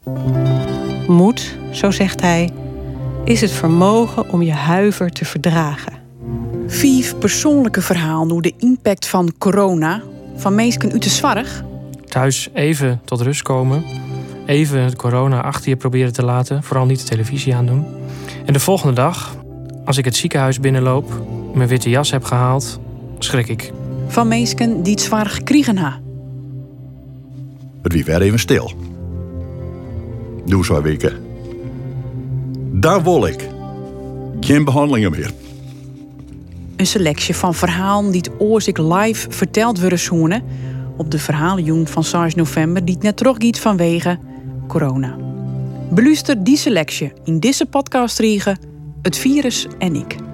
Moed, zo zegt hij, is het vermogen om je huiver te verdragen. 5 persoonlijke verhalen hoe de impact van corona van mensen uit de zwarg. Thuis even tot rust komen. Even het corona achter je proberen te laten. Vooral niet de televisie aandoen. En de volgende dag, als ik het ziekenhuis binnenloop, mijn witte jas heb gehaald, schrik ik. Van mensen die het zwarg kriegen ha. Het wie weer even stil. Doe zo weken. Daar wil ik. Geen behandelingen meer. Een selectie van verhalen die het oorzik live verteld worden zoenen op de verhalenjoen van 6 november die het net teruggiet vanwege corona. Beluister die selectie in deze podcast riegen, Het virus en ik.